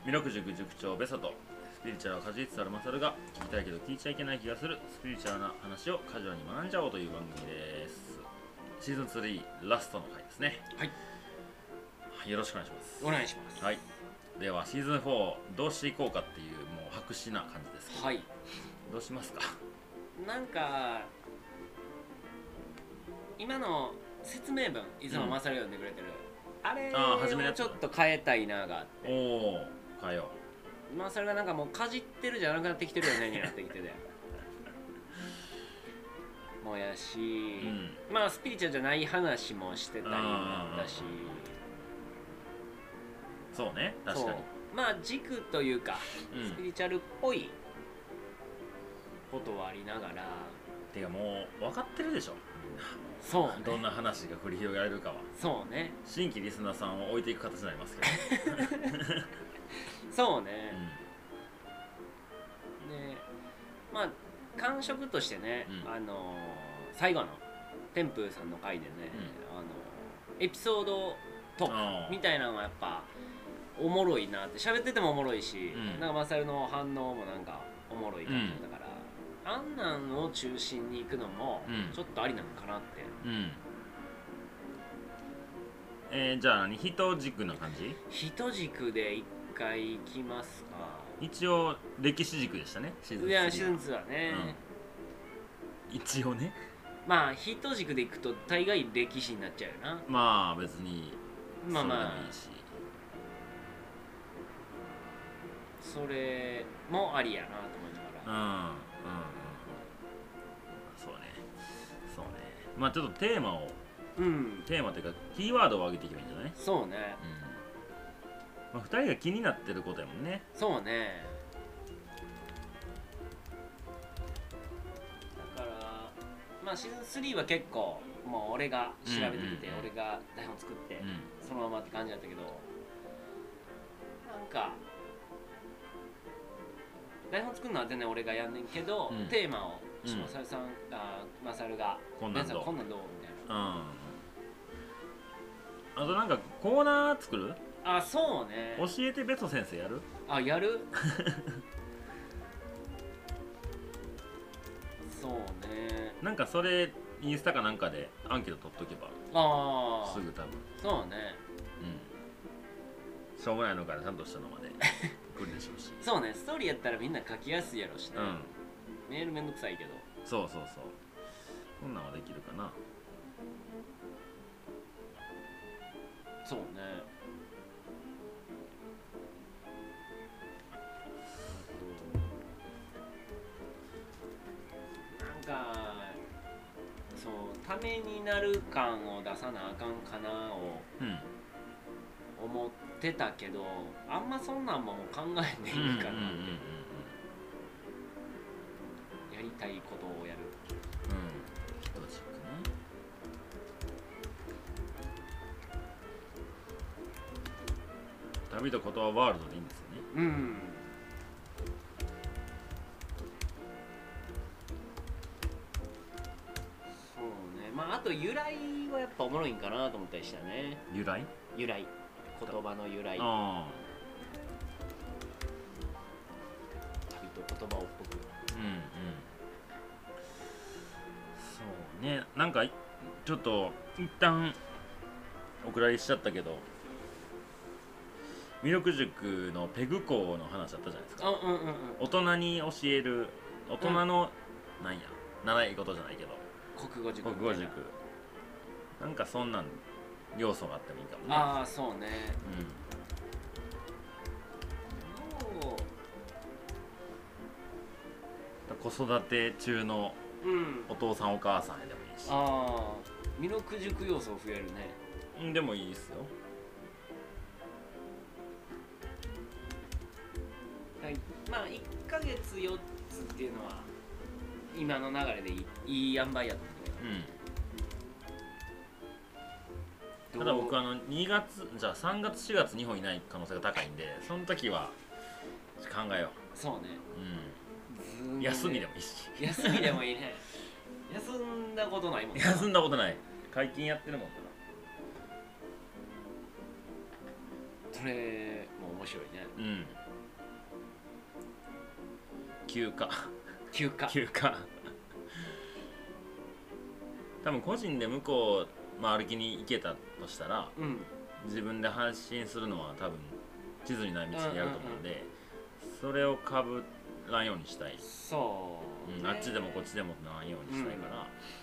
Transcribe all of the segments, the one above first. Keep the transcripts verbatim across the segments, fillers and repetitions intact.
弥勒塾塾長ベサとスピリチュアルをかじりつつあるマサルが聞きたいけど聞いちゃいけない気がするスピリチュアルな話をカジュアルに学んじゃおうという番組です。シーズンスリーラストの回ですね。 はい、 よろしくお願いします。 お願いします。 はい、ではシーズンフォーどうしていこうかっていうもう白紙な感じですけど、 はい、 どうしますか。 なんか今の説明文いつもマサル読んでくれてる、うん、あれをちょっと変えたいながあって、 おお変えよう。まあそれがなんかもうかじってるじゃなくなってきてるよねになってきててもうやし、うん、まあスピリチュアルじゃない話もしてたりだし、 そうね、確かにまあ軸というか、うん、スピリチュアルっぽいことはありながら、 てかもう分かってるでしょ。 そう、ね、 どんな話が繰り広げられるかは。 そうね、 新規リスナーさんを置いていく形になりますけどそうね、うん、でまあ感触としてね、うん、あのー、最後の天風さんの回でね、うん、あのエピソードトークみたいなのはやっぱおもろいなって、喋っててもおもろいし、うん、なんかマサルの反応もなんかおもろい感じだから、うん、あんなんを中心に行くのもちょっとありなのかなって、うんうん、 えー、じゃあ何人軸な感じ？ 人軸で一回行きますか。 一応歴史軸でしたね、シーズンツーは。いやシーズンツーはね、 うん、一応ね、 まあ人軸で行くと大概歴史になっちゃうよな。 まあ別にまあまあそれもありやなと思いながら、うんうんうん、 そうねそうね、まあちょっとテーマを、 うん、 テーマというかキーワードを上げていけばいいんじゃない？ そうね、 うん、まあ、ふたりが気になってることやもんね。 そうね、だからまあシーズンスリーは結構もう俺が調べてみて、うんうんうん、俺が台本作って、うん、そのままって感じだったけど、なんか台本作るのは全然俺がやんねんけど、うん、テーマをマサルさん、うん、あマサルがこんなんどうこんなんどうみたいな、 うん、あとなんかコーナー作る？ あ、そうね、 教えてベト先生やる？ あ、やるそうね、 なんかそれインスタかなんかでアンケート取っとけば、 あすぐ多分、 そうね、 うん、しょうもないのからちゃんとしたのまで来るでしょうしそうね、ストーリーやったらみんな書きやすいやろしね、うん、メールめんどくさいけど、 そうそうそう、こんなんはできるかな。 そうね、なんかそうためになる感を出さなあかんかなを思ってたけど、うん、あんまそんなんも考えんでいいかなって、うんうんうんうん、やりたいことをやる、 うん、人軸ね。旅と言葉ワールドでいいんですよね。 うん。そうね。まああと由来はやっぱおもろいんかなと思ったりしたね。 由来？ 由来。言葉の由来。 ああ。 旅と言葉をっぽく。 うんうん。そうね。なんかちょっと一旦お蔵入りしちゃったけど。弥勒塾のペグ校の話だったじゃないですか、 うんうんうんうん、 大人に教える大人の、うん、なんや習い事じゃないけど国語塾国語塾なんかそんなん要素があってもいいかもね。 ああそうね、 うん、子育て中のお父さんお母さんでもいいし、 ああ弥勒塾要素を増えるね。 でもいいですよ。 まあいっかげつよっつっていうのは今の流れでいい、いい塩梅やったんだけど、うん、ただ僕あのにがつじゃあさんがつしがつ日本いない可能性が高いんで、その時は考えよう。そうね、 うん、休みでもいいし休みでもいいね休んだことないもん。 休んだことない、解禁やってるもんな。 それもう面面白いね。 うん。休暇休暇休暇多分個人で向こう、まあ、歩きに行けたとしたら、 うん、 自分で発信するのは多分地図にない道でやると思うんで、それをかぶらんようにしたい。 そう、 うん、あっちでもこっちでもならんようにしたいから、うん、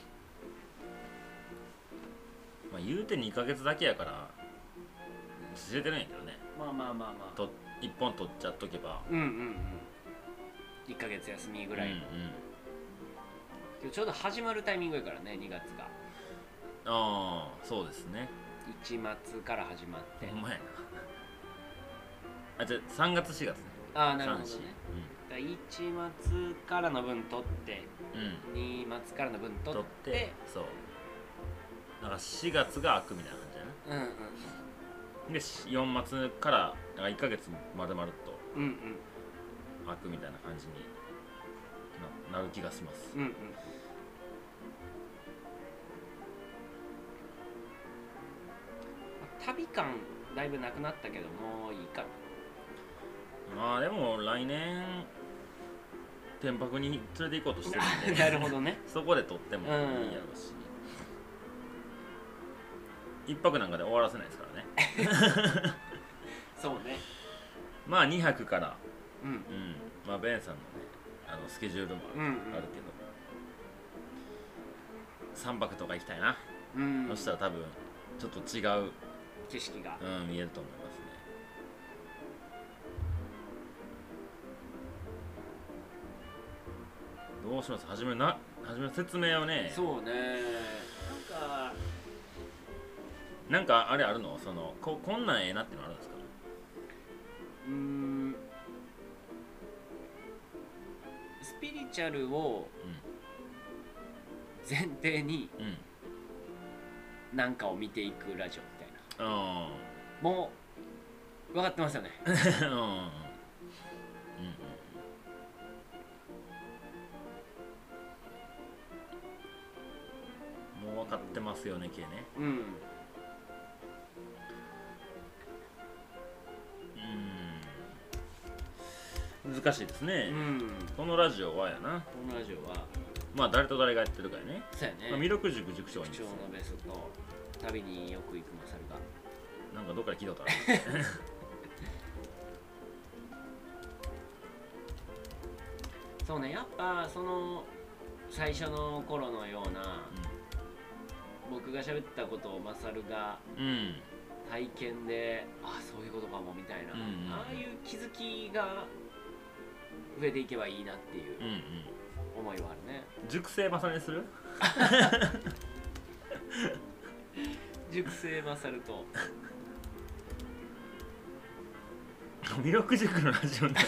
まあ言うてにかげつだけやから知れてるんやけどね。 まあまあまあまあといっぽん取っちゃっとけば、 うんうんうんいっかげつ休みぐらい、うんうん、今日ちょうど始まるタイミングやからね、にがつが。 ああそうですね、 いちがつから始まって。 ほんまやな。あ、じゃあさんがつしがつね。 ああなるほどね、うん、いちがつからの分取って、うん、にがつからの分取って、取ってそうだからしがつが空くみたいな感じやな。うんうん、でよんがつからいっかげつまるまると空くみたいな感じに な, なる気がします。うんうん、 旅感だいぶなくなったけどもういいかな。 まあでも来年天白に連れて行こうとしてるんでなるほどねそこで撮ってもいいやろうし、一泊なんかで終わらせないですからねそうね。 まあにはくから、 うんうん、 まあベンさんのねあのスケジュールもある,、うんうん、あるけどさんぱくとか行きたいな、うん、そしたら多分ちょっと違う景色が、 うん、見えると思いますね。どうします？初めな初めの説明をね。 そうね。なんかなんかあれあるの？その こ, こんなんええなってのあるんですか？ うーん。スピリチュアルを前提に何かを見ていくラジオみたいな。うん、もう分かってますよね。うんうんうん分かってますよね系ね。うんうん難しいですね、うん、このラジオはやな。 このラジオはまあ誰と誰がやってるかやね。 そうやね、 まあ、魅力塾塾長に塾長のベスと旅によく行くマサルがなんかどっかで聞いたことあるそうね、やっぱその最初の頃のような、うん、僕が喋ったことをマサルが体験で、うん、ああそういうことかもみたいな、うんうん、ああいう気づきが増えていけばいいなっていう思いはあるね。 熟成マサルにする熟成マサルと魅力塾のラジオにな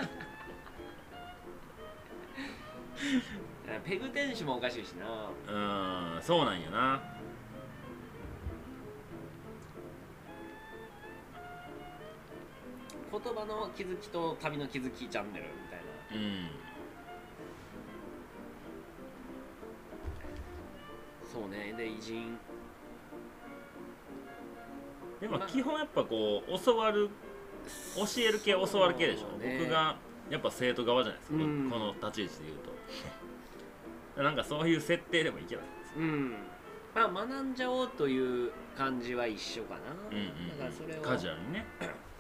ペグ店主もおかしいしな。うん、そうなんやな。 言葉の気づきと旅の気づきチャンネルみたいな。うん。そうね。で偉人。 でも基本やっぱこう教わる教える系教わる系でしょ、ね、僕がやっぱ生徒側じゃないですか、うん、この立ち位置で言うとなんかそういう設定でもいけないんですよ、うん、 まあ学んじゃおうという感じは一緒かな、うんうんうん、だからそれをカジュアルにね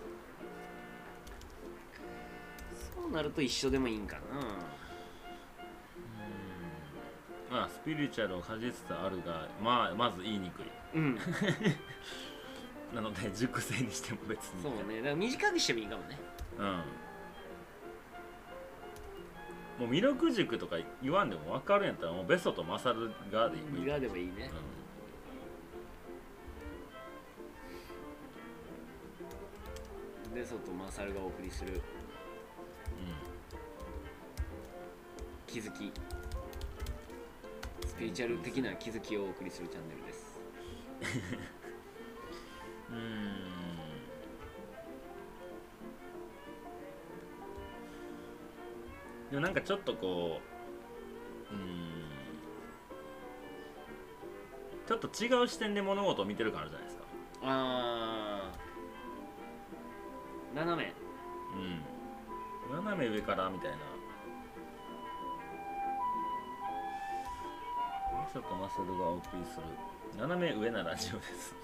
そうなると一緒でもいいんかな。 うん、まあスピリチュアルをかじつつあるが、まあまず言いにくい、うんなので熟成にしても別にそうね、だから短くしてもいいかもね。うんもう魅力塾とか言わんでも分かるんやったらもうベソとマサルがでいい。 がでもいいね、うん、ベソとマサルがお送りする、うん、気づきスピリチュアル的な気づきをお送りするチャンネルですうーんでもなんかちょっとこううーんちょっと違う視点で物事を見てる感あるじゃないですか。あ斜めうん斜め上からみたいなちょっとマサルがお送りする斜め上なラジオです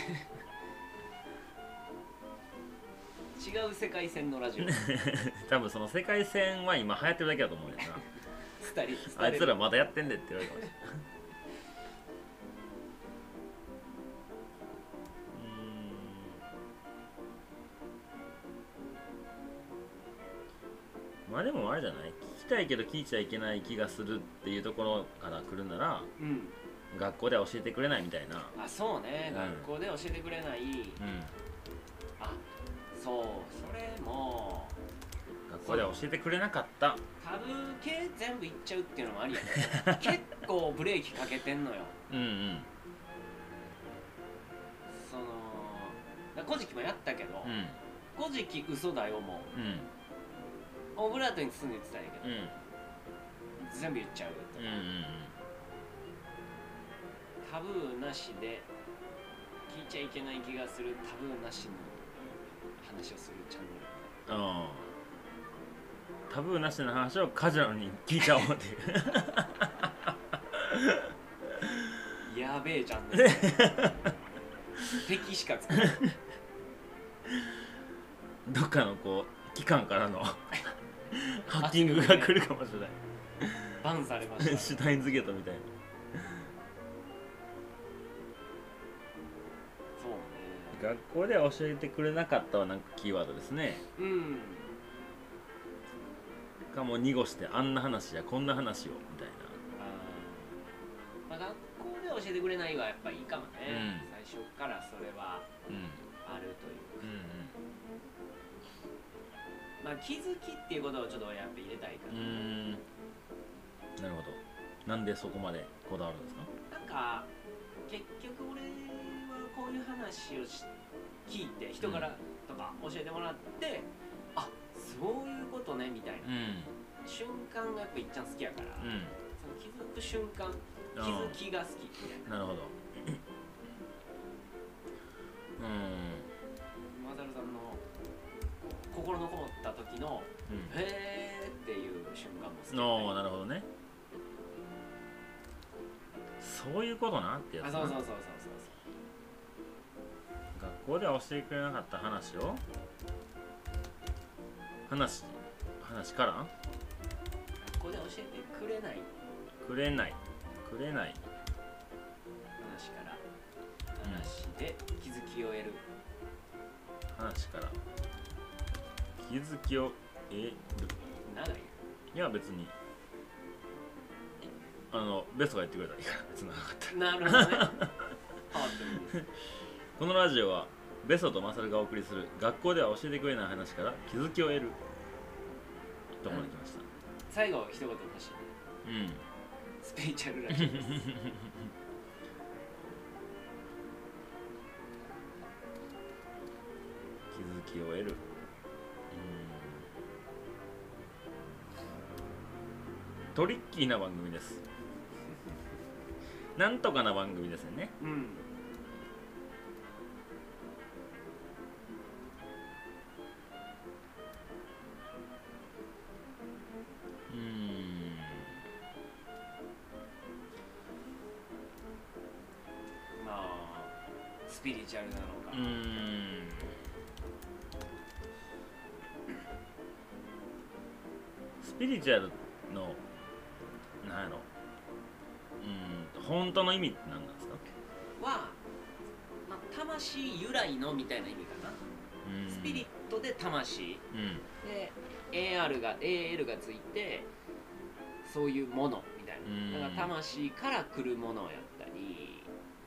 違う世界線のラジオ多分その世界線は今流行ってるだけだと思うんだよなスタリあいつらまだやってんでって言われるかもしれないまあでもあれじゃない、聞きたいけど聞いちゃいけない気がするっていうところから来るなら、うん、学校では教えてくれないみたいな。 あ、そうね、うん、学校で教えてくれない、うん、あ、そう、それも学校では教えてくれなかったタブー系全部言っちゃうっていうのもありやね結構ブレーキかけてんのようんうんその古事記もやったけど、うん、古事記嘘だよもう、うんオブラートに包んで言ってたんやけど、うん、全部言っちゃうとか、うんうんうん、タブーなしで聞いちゃいけない気がするタブーなしの話をするチャンネル。ああ、タブーなしの話をカジュアルに聞いちゃおうっていうやべえチャンネル敵しか作らないどっかのこう機関からのハッキングが来るかもしれないバンされました、ね、 シュタインズゲートみたいなそうね学校では教えてくれなかったはなんかキーワードですねうんかも濁してあんな話やこんな話をみたいなあ、まあ、学校で教えてくれないはやっぱいいかもね、うん、最初からそれはあるというか、うんうんまあ、気づきっていうことをちょっとやっぱ入れたいから、ね、うーんなるほど。なんでそこまでこだわるんですか？ なんか結局俺はこういう話をし聞いて人からとか教えてもらって、うん、あ、そういうことねみたいな、うん、瞬間がやっぱいっちゃん好きやから、うん、その気づく瞬間気づきが好きみたいな。 なるほど。うんマサルさんの心のこもった時の、うん、へーっていう瞬間も好き、ね、 おー、なるほどね。そういうことなってやつな。 あ、そうそうそうそうそう学校では教えてくれなかった話を話話から学校で教えてくれないくれないくれない話から話で気づきを得る、 話から気づきを得る。 長い？ いや別にあのベストが言ってくれたらいいから別に長かった。 なるほどねこのラジオはベストとマサルがお送りする学校では教えてくれない話から気づきを得るところに来ました、うん、 最後一言欲しい。うんスピリチュアルラジオです気づきを得る。トリッキーな番組です。なんとかな番組ですよね。うん。うん。 まあスピリチュアルなのか。うん。 スピリチュアルのなんやろ、うん、本当の意味って何なんですか？ は、まあ、魂由来のみたいな意味かな。うん、スピリットで魂、うん、で エーアール が エーエル がついてそういうものみたいな、うん、だから魂から来るものをやったり、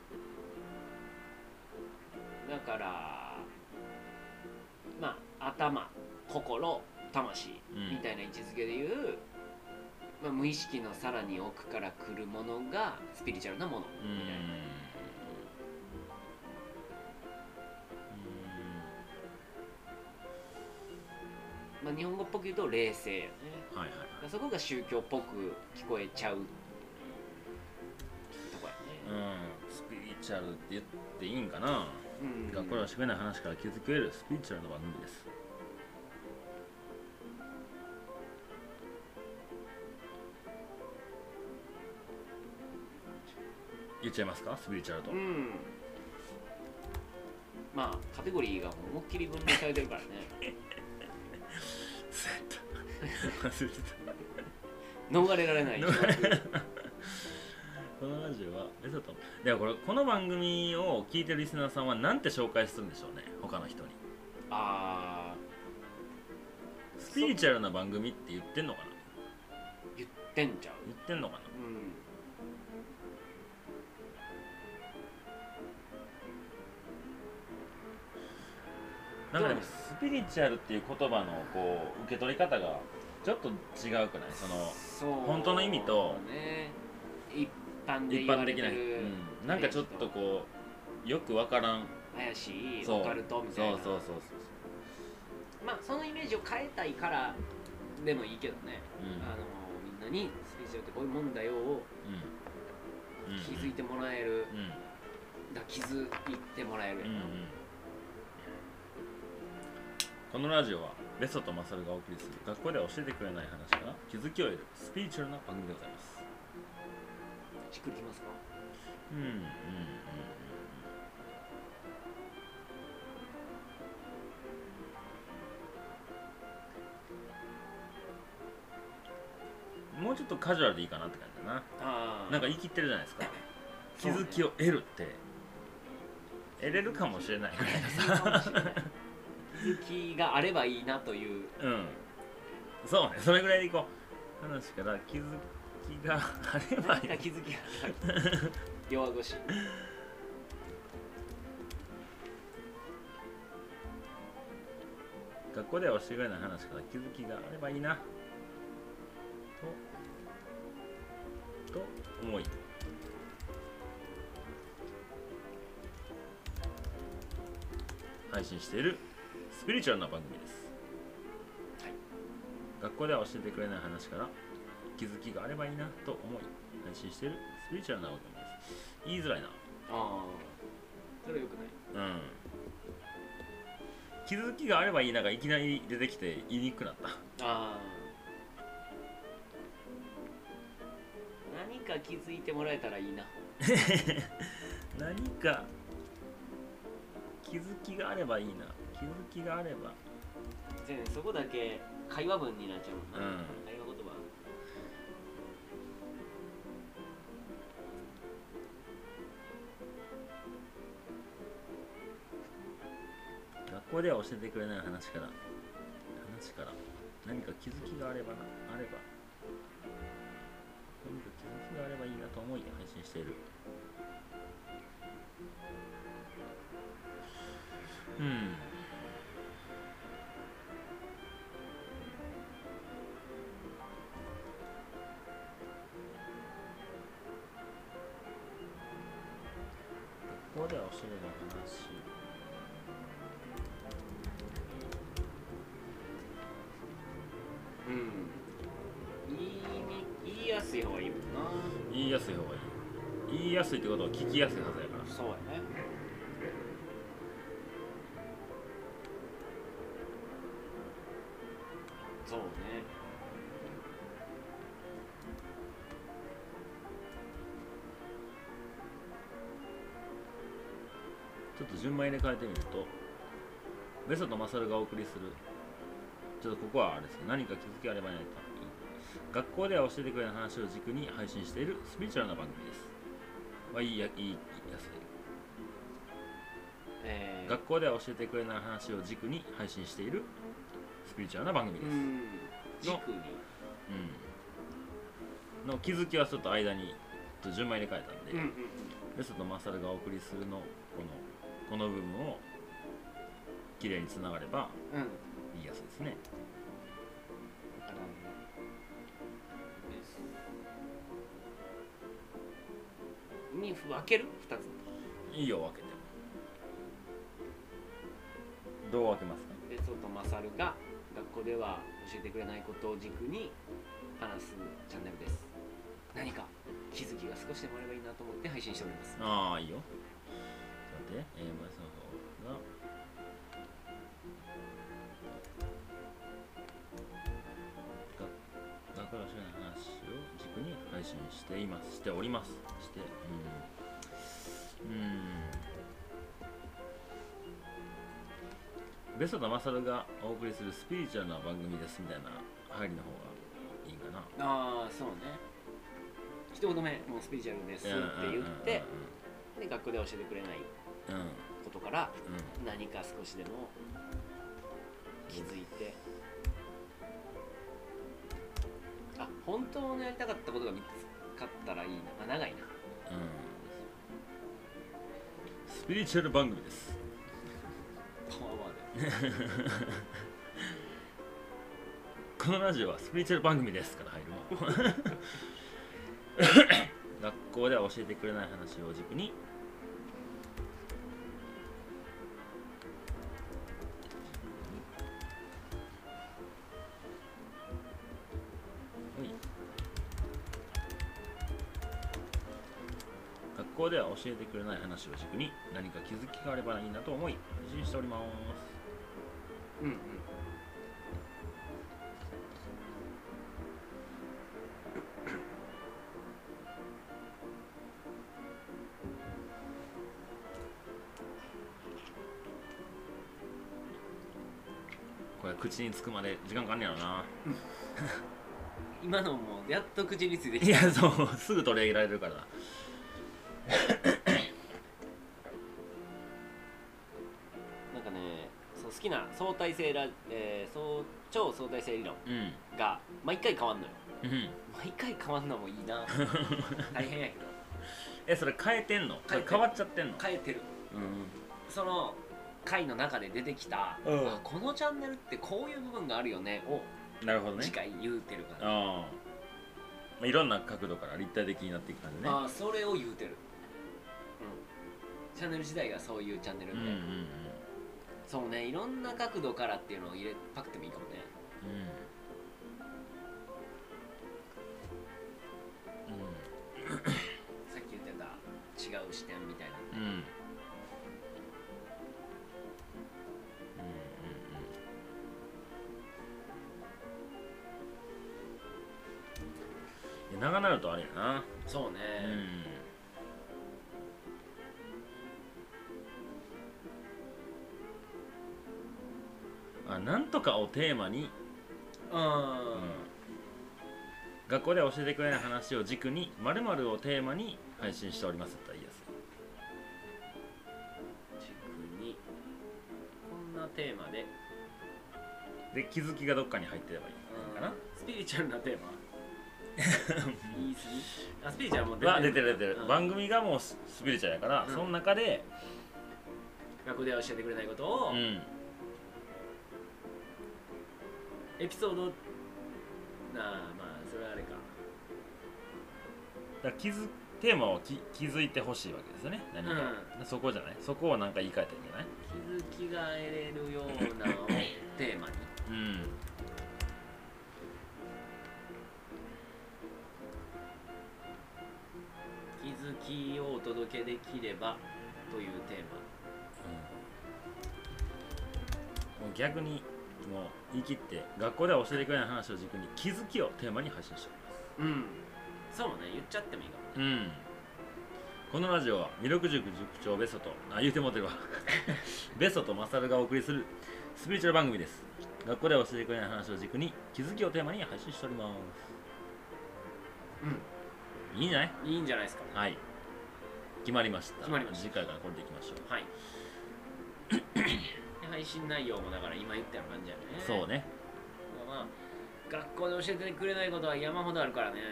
だからまあ頭、心、魂みたいな位置づけでいう、うんまあ、無意識のさらに奥から来るものがスピリチュアルなものみたいな。まあ、日本語っぽく言うと霊性よね、はいはいはい、そこが宗教っぽく聞こえちゃうとこやね。 うん、スピリチュアルって言っていいんかな、うん、学校ではしくれない話から気づけるスピリチュアルの番組です。 言っちゃいますか、スピリチュアルと。 うん、まあカテゴリーが思いっきり分類されてるからねそうやった忘れてた逃れられないこのラジオはレソトではこれこの番組を聞いてるリスナーさんは何て紹介するんでしょうね、他の人に。 あースピリチュアルな番組って言ってんのかな。 言ってんじゃん。 言ってんのかな。うん、なんかでもスピリチュアルっていう言葉のこう受け取り方がちょっと違うくない。そのそう本当の意味と、 ね、一般で一言わ般的な、 れてる、 うん、なんかちょっとこうよくわからん怪しいオカルトみたいな。 そうそうそうそうまあそのイメージを変えたいからでもいいけどね、うん、あのみんなにスピリチュアルってこういうもんだよを気づいてもらえる、うんうん、だ気づいてもらえるやな、うんうん、 このラジオはベソとマサルがお送りする学校では教えてくれない話から気づきを得るスピリチュアルな番組でございます。 しっくりきますか。 うんうんうんうん、もうちょっとカジュアルでいいかなって感じだな。あなんか言い切ってるじゃないですか。気づきを得るって得れるかもしれないぐらいのさ気づきがあればいいなという、 うん、そうね、それぐらいでいこう。話から気づきがあればいい。 何か気づきがある弱腰。 学校では教えてくれない話から気づきがあればいいなとと思い、配信しているスピリチュアルな番組です、はい、学校では教えてくれない話から気づきがあればいいなと思い配信しているスピリチュアルな番組です。言いづらいな。ああ、それよくない。うん。 気づきがあればいいながいきなり出てきて言いにくくなった。ああ。 何か気づいてもらえたらいいな。 何か気づきがあればいいな。気づきがあれば。 そこだけ会話文になっちゃうもんな。うん、会話言葉。 学校では教えてくれない話から話から何か気づきがあればなあれば何か気づきがあればいいなと思い配信している。うん学校では教えない話。 うん、言い言いやすい方がいいもんな。 言いやすい方がいい。言いやすいってことは聞きやすいはずやから。 そうやね。そうね。 ちょっと順番入れ替えてみると、ベソとマサルがお送りする、ちょっとここはあれですね、何か気づきあればいいなと。学校では教えてくれない話を軸に配信しているスピリチュアルな番組です。まあ、いいや、いいやすい。えー、学校では教えてくれない話を軸に配信しているスピリチュアルな番組です。 軸に、 うん、の気づきはちょっと間に順番入れ替えたんで、うんうんうん、ベソとマサルがお送りするのこのこの部分をきれいにつながれば言いやすいですね。 に分けるふたつ。 いいよ、分けても。どう分けますか。 ベソとマサルが学校では教えてくれないことを軸に話すチャンネルです。何か気づきが少しでもあればいいなと思って配信しております。 ああ、いいよ。ちょっと待って、えー、ベソが学校で教えない話を軸に配信しています。しております。して、うん。 ベソとマサルがお送りするスピリチュアルな番組ですみたいな入りの方がいいかな。 ああそうね、一言目もうスピリチュアルですって言って、で学校で教えてくれないことから、うん、何か少しでも気づいて、あ本当のやりたかったことが見つかったらいいな。まあ長いな、うん、 スピリチュアル番組です。 パワーワードこのラジオはスピリチュアル番組ですから入るわ学校では教えてくれない話を軸に学校では教えてくれない話を軸に何か気づきがあればいいなと思い配信しております。うんうん。これ口につくまで時間かかんねやろな今のもうやっと口についてきた。 いやそうすぐ取り上げられるからななんかね、そう好きな相対性ラ、えー、そう超相対性理論が毎回変わんのよ、うん、毎回変わんのもいいな大変やけどえそれ変えてんの？変, 変わっちゃってんの？ 変えてる、うん、その回の中で出てきた、うん、あこのチャンネルってこういう部分があるよねをなるほどね次回言うてるから、 ああいろんな角度から立体的になっていく感じね。 ああそれを言うてる、うん、チャンネル自体がそういうチャンネルで、うんうんうん、そうねいろんな角度からっていうのを入れパクってもいいかもね。うん、うん、さっき言ってた違う視点みたいな、うん長なるとあれやな。 そうね、 うん、あなんとかをテーマに、うん、学校では教えてくれない話を軸に〇〇をテーマに配信しておりますって言いやすい。軸にこんなテーマでで気づきがどっかに入ってればいいのかな。 スピリチュアルなテーマ言い過ぎ？あスピリチュアルも出てる出てる出てる、うん、番組がもうスピリチュアルやから、うん、その中で学校では教えてくれないことを、うん、エピソードなあまあそれはあれかだから気づテーマをき気づいてほしいわけですよね。何か、うん、そこじゃないそこを何か言い換えたらいいんじゃない？ 気づきが得れるようなをテーマにうん気づきをお届けできればというテーマ、 うん、もう逆にもう言い切って学校では教えてくれない話を軸に気づきをテーマに配信しております。 うんそうね言っちゃってもいいかもね、うん、 このラジオは弥勒塾塾長ベソとあ言うてもってるわベソとマサルがお送りするスピリチュアル番組です。学校では教えてくれない話を軸に気づきをテーマに配信しております。うんいいんじゃないいいんじゃないですか。 はい決まりました。 決まりました。 次回からこれでいきましょう。 はい配信内容もだから今言ったような感じやね。 そうねまあ学校で教えてくれないことは山ほどあるからね。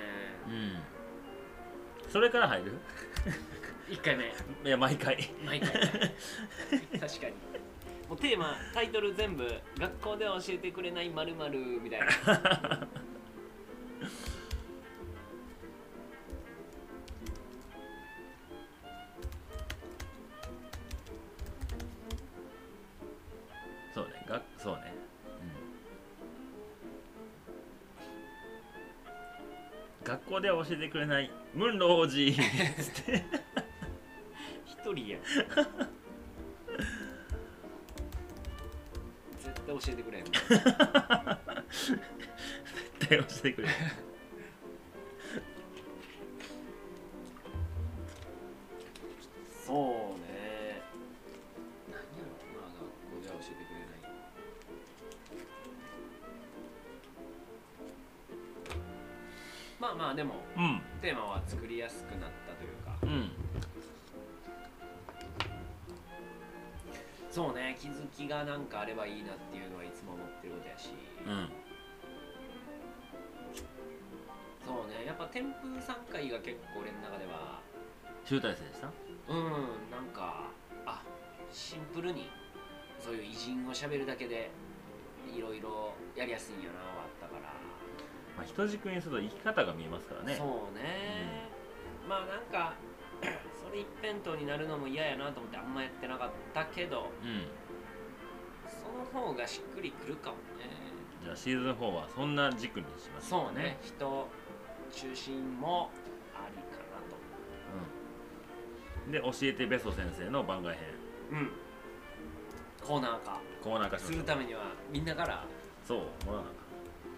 うんそれから入るいっかいめいや毎回毎回確かにもうテーマタイトル全部学校では教えてくれない〇〇みたいなそうねがそうね、うん、学校では教えてくれないムンロ王子つって一人やん絶対教えてくれん絶対教えてくれんそうね何やろまあ学校では教えてくれないまあでも、うん、テーマは作りやすくなったというか、うん、そうね、気づきがなんかあればいいなっていうのはいつも思ってることやし、うん、そうね、やっぱ天風さん回が結構俺の中では集大成でした。 うん、なんかあシンプルにそういう偉人をしゃべるだけでいろいろやりやすいんやなはあったから、 まあ、人軸にすると生き方が見えますからね。 そうね、うん、まあなんかそれ一辺倒になるのも嫌やなと思ってあんまやってなかったけど、うん、その方がしっくりくるかもね。 じゃあシーズンフォーはそんな軸にしますね。 そうね、人中心もありかなと、 うん、で教えてベスト先生の番外編、うん、 コーナー化コーナー化するためにはみんなからそうもらわなか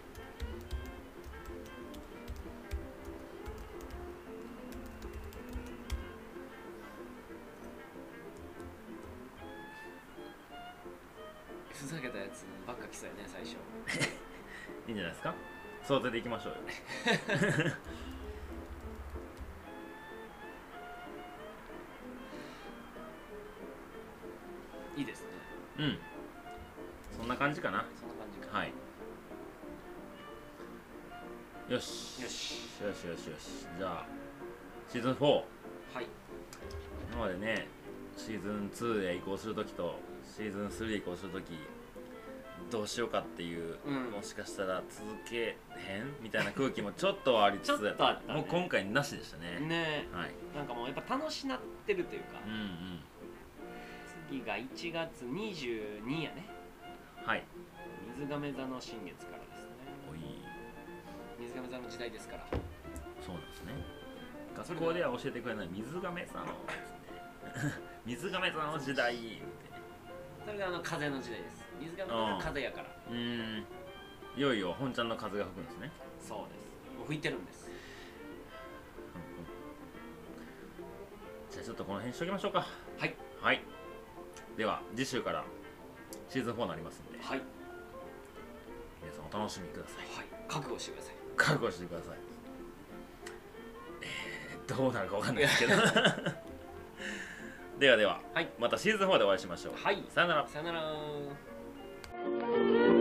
ふざけたやつばっか来そうやね最初いいんじゃないですか。想定でいきましょうよいいですね。 うん、そんな感じかな。 そんな感じか。 はい。よしよしよしよしよし。じゃあシーズンフォー、はい、今までねシーズンツーへ移行するときとシーズンスリーへ移行するときどうしようかっていう、うん、もしかしたら続けへんみたいな空気もちょっとありつつちょっとあった、ね、 もう今回なしでしたね。 ね、はい、なんかもうやっぱ楽しなってるというか、うんうん、次がいちがつにじゅうにやね。はい、水亀座の新月からですね。おい、水亀座の時代ですから。 そうなんですね。学校では教えてくれない水亀座の水亀座の時代って、 それがあの風の時代です。水亀座が風やから。うん、 いよいよ本ちゃんの風が吹くんですね。 そうです。もう吹いてるんです。 じゃあちょっとこの辺にしときましょうか。 はい、 はい、では次週からシーズンフォーになりますので、はい、皆さんお楽しみください。 はい、覚悟してください。 覚悟してください。えー、どうなるかわかんないですけどではでは、はい、またシーズンフォーでお会いしましょう。 はい、 さよなら。 さよなら。